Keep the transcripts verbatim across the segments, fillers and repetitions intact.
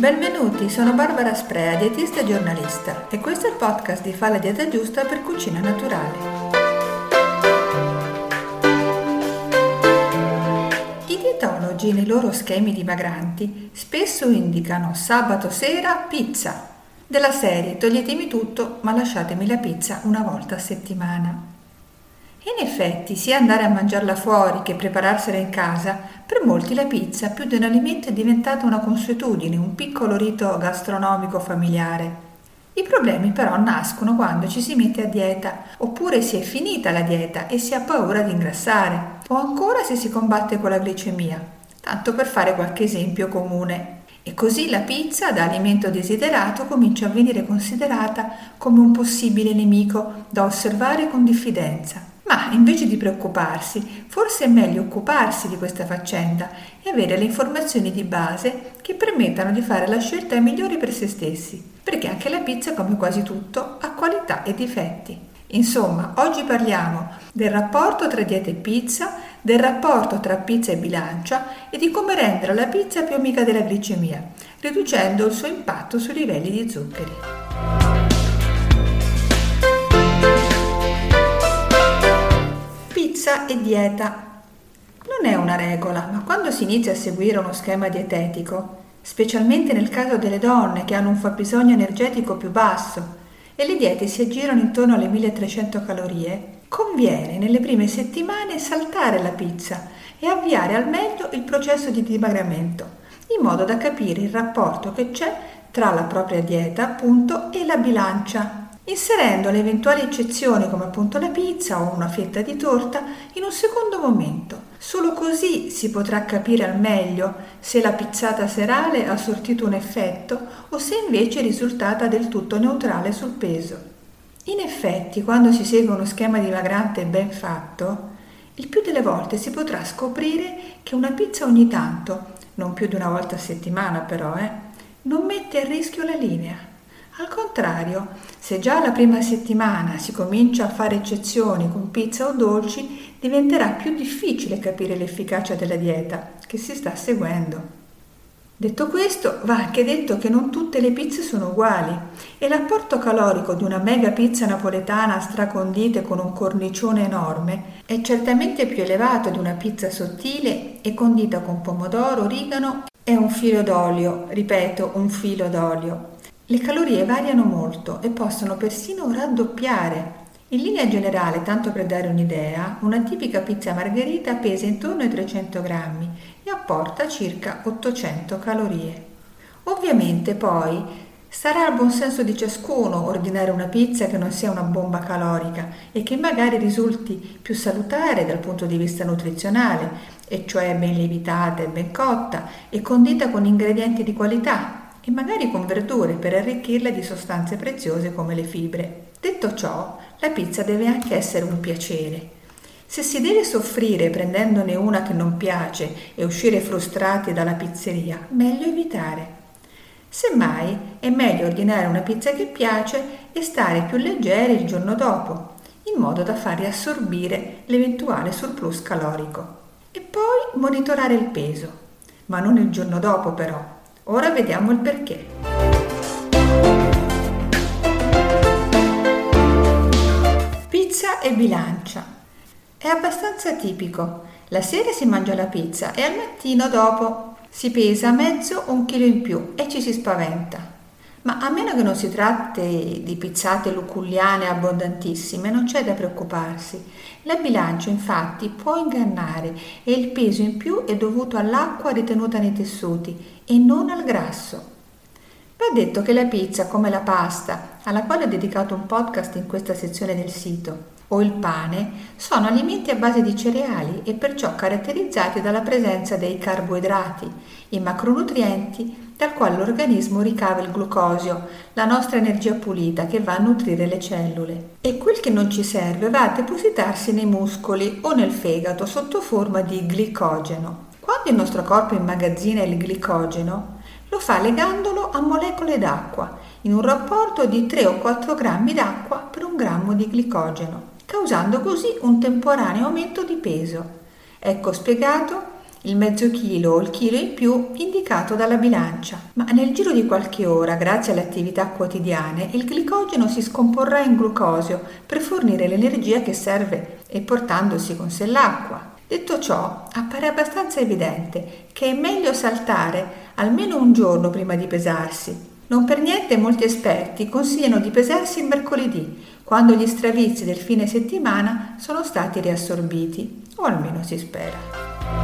Benvenuti, sono Barbara Sprea, dietista e giornalista, e questo è il podcast di Fa la dieta giusta per cucina naturale. I dietologi nei loro schemi dimagranti spesso indicano sabato sera pizza, della serie toglietemi tutto ma lasciatemi la pizza una volta a settimana. In effetti, sia andare a mangiarla fuori che prepararsela in casa, per molti la pizza, più di un alimento, è diventata una consuetudine, un piccolo rito gastronomico familiare. I problemi però nascono quando ci si mette a dieta, oppure si è finita la dieta e si ha paura di ingrassare, o ancora se si combatte con la glicemia, tanto per fare qualche esempio comune. E così la pizza, da alimento desiderato, comincia a venire considerata come un possibile nemico da osservare con diffidenza. Ma invece di preoccuparsi, forse è meglio occuparsi di questa faccenda e avere le informazioni di base che permettano di fare la scelta migliore per se stessi, perché anche la pizza, come quasi tutto, ha qualità e difetti. Insomma, oggi parliamo del rapporto tra dieta e pizza, del rapporto tra pizza e bilancia e di come rendere la pizza più amica della glicemia, riducendo il suo impatto sui livelli di zuccheri. Pizza e dieta. Non è una regola, ma quando si inizia a seguire uno schema dietetico, specialmente nel caso delle donne che hanno un fabbisogno energetico più basso e le diete si aggirano intorno alle milletrecento calorie, conviene nelle prime settimane saltare la pizza e avviare al meglio il processo di dimagramento, in modo da capire il rapporto che c'è tra la propria dieta, appunto, e la bilancia, inserendo le eventuali eccezioni come appunto la pizza o una fetta di torta in un secondo momento. Solo così si potrà capire al meglio se la pizzata serale ha sortito un effetto o se invece è risultata del tutto neutrale sul peso. In effetti, quando si segue uno schema dimagrante ben fatto, il più delle volte si potrà scoprire che una pizza ogni tanto, non più di una volta a settimana però, eh, non mette a rischio la linea. Al contrario, se già la prima settimana si comincia a fare eccezioni con pizza o dolci, diventerà più difficile capire l'efficacia della dieta che si sta seguendo. Detto questo, va anche detto che non tutte le pizze sono uguali e l'apporto calorico di una mega pizza napoletana stracondita con un cornicione enorme è certamente più elevato di una pizza sottile e condita con pomodoro, origano e un filo d'olio, ripeto, un filo d'olio. Le calorie variano molto e possono persino raddoppiare. In linea generale, tanto per dare un'idea, una tipica pizza margherita pesa intorno ai trecento grammi e apporta circa ottocento calorie. Ovviamente poi sarà al buon senso di ciascuno ordinare una pizza che non sia una bomba calorica e che magari risulti più salutare dal punto di vista nutrizionale, e cioè ben lievitata e ben cotta e condita con ingredienti di qualità, e magari con verdure per arricchirla di sostanze preziose come le fibre. Detto ciò, la pizza deve anche essere un piacere. Se si deve soffrire prendendone una che non piace e uscire frustrati dalla pizzeria, meglio evitare. Semmai è meglio ordinare una pizza che piace e stare più leggeri il giorno dopo, in modo da far riassorbire l'eventuale surplus calorico. E poi monitorare il peso, ma non il giorno dopo però. Ora vediamo il perché. Pizza e bilancia. È abbastanza tipico. La sera si mangia la pizza e al mattino dopo si pesa mezzo o un chilo in più e ci si spaventa. Ma a meno che non si tratti di pizzate luculliane abbondantissime, non c'è da preoccuparsi. La bilancia infatti può ingannare e il peso in più è dovuto all'acqua ritenuta nei tessuti e non al grasso. Va detto che la pizza, come la pasta, alla quale ho dedicato un podcast in questa sezione del sito, o il pane, sono alimenti a base di cereali e perciò caratterizzati dalla presenza dei carboidrati, i macronutrienti dal quale l'organismo ricava il glucosio, la nostra energia pulita che va a nutrire le cellule. E quel che non ci serve va a depositarsi nei muscoli o nel fegato sotto forma di glicogeno. Quando il nostro corpo immagazzina il glicogeno, lo fa legandolo a molecole d'acqua, in un rapporto di tre o quattro grammi d'acqua per un grammo di glicogeno, causando così un temporaneo aumento di peso. Ecco spiegato il mezzo chilo o il chilo in più indicato dalla bilancia. Ma nel giro di qualche ora, grazie alle attività quotidiane, il glicogeno si scomporrà in glucosio per fornire l'energia che serve e portandosi con sé l'acqua. Detto ciò, appare abbastanza evidente che è meglio saltare almeno un giorno prima di pesarsi. Non per niente molti esperti consigliano di pesarsi il mercoledì, quando gli stravizi del fine settimana sono stati riassorbiti, o almeno si spera.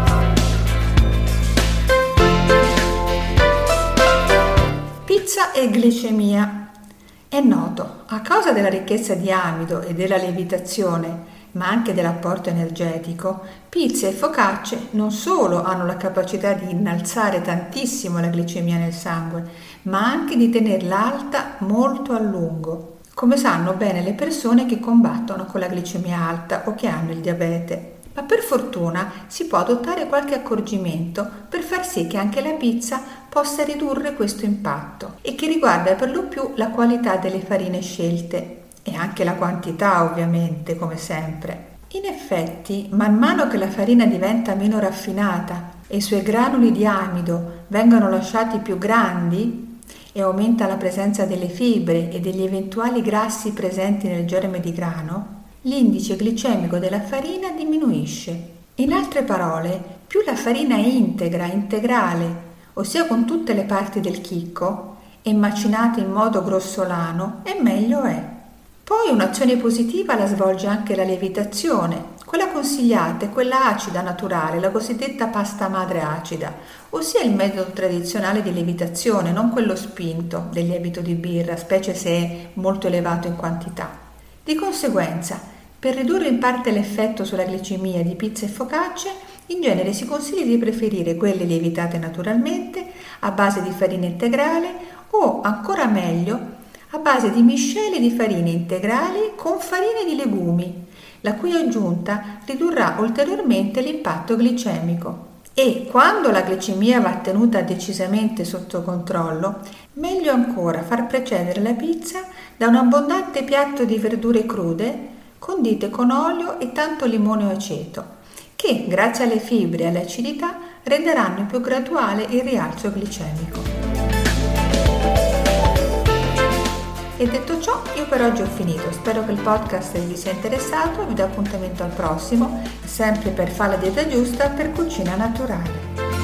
Pizza e glicemia. È noto, a causa della ricchezza di amido e della lievitazione, ma anche dell'apporto energetico, pizze e focacce non solo hanno la capacità di innalzare tantissimo la glicemia nel sangue, ma anche di tenerla alta molto a lungo, come sanno bene le persone che combattono con la glicemia alta o che hanno il diabete. Ma per fortuna si può adottare qualche accorgimento per far sì che anche la pizza possa ridurre questo impatto e che riguarda per lo più la qualità delle farine scelte e anche la quantità, ovviamente, come sempre. In effetti, man mano che la farina diventa meno raffinata e i suoi granuli di amido vengono lasciati più grandi e aumenta la presenza delle fibre e degli eventuali grassi presenti nel germe di grano, l'indice glicemico della farina diminuisce. In altre parole, più la farina è integra, integrale, ossia con tutte le parti del chicco, e macinata in modo grossolano, e meglio è. Poi un'azione positiva la svolge anche la lievitazione. Quella consigliata è quella acida naturale, la cosiddetta pasta madre acida, ossia il metodo tradizionale di lievitazione, non quello spinto del lievito di birra, specie se è molto elevato in quantità. Di conseguenza, per ridurre in parte l'effetto sulla glicemia di pizza e focacce, in genere si consiglia di preferire quelle lievitate naturalmente, a base di farina integrale o, ancora meglio, a base di miscele di farine integrali con farine di legumi, la cui aggiunta ridurrà ulteriormente l'impatto glicemico. E quando la glicemia va tenuta decisamente sotto controllo, meglio ancora far precedere la pizza da un abbondante piatto di verdure crude condite con olio e tanto limone o aceto, che, grazie alle fibre e all'acidità, renderanno più graduale il rialzo glicemico. E detto ciò, io per oggi ho finito. Spero che il podcast vi sia interessato. Vi do appuntamento al prossimo, sempre per fare la dieta giusta per cucina naturale.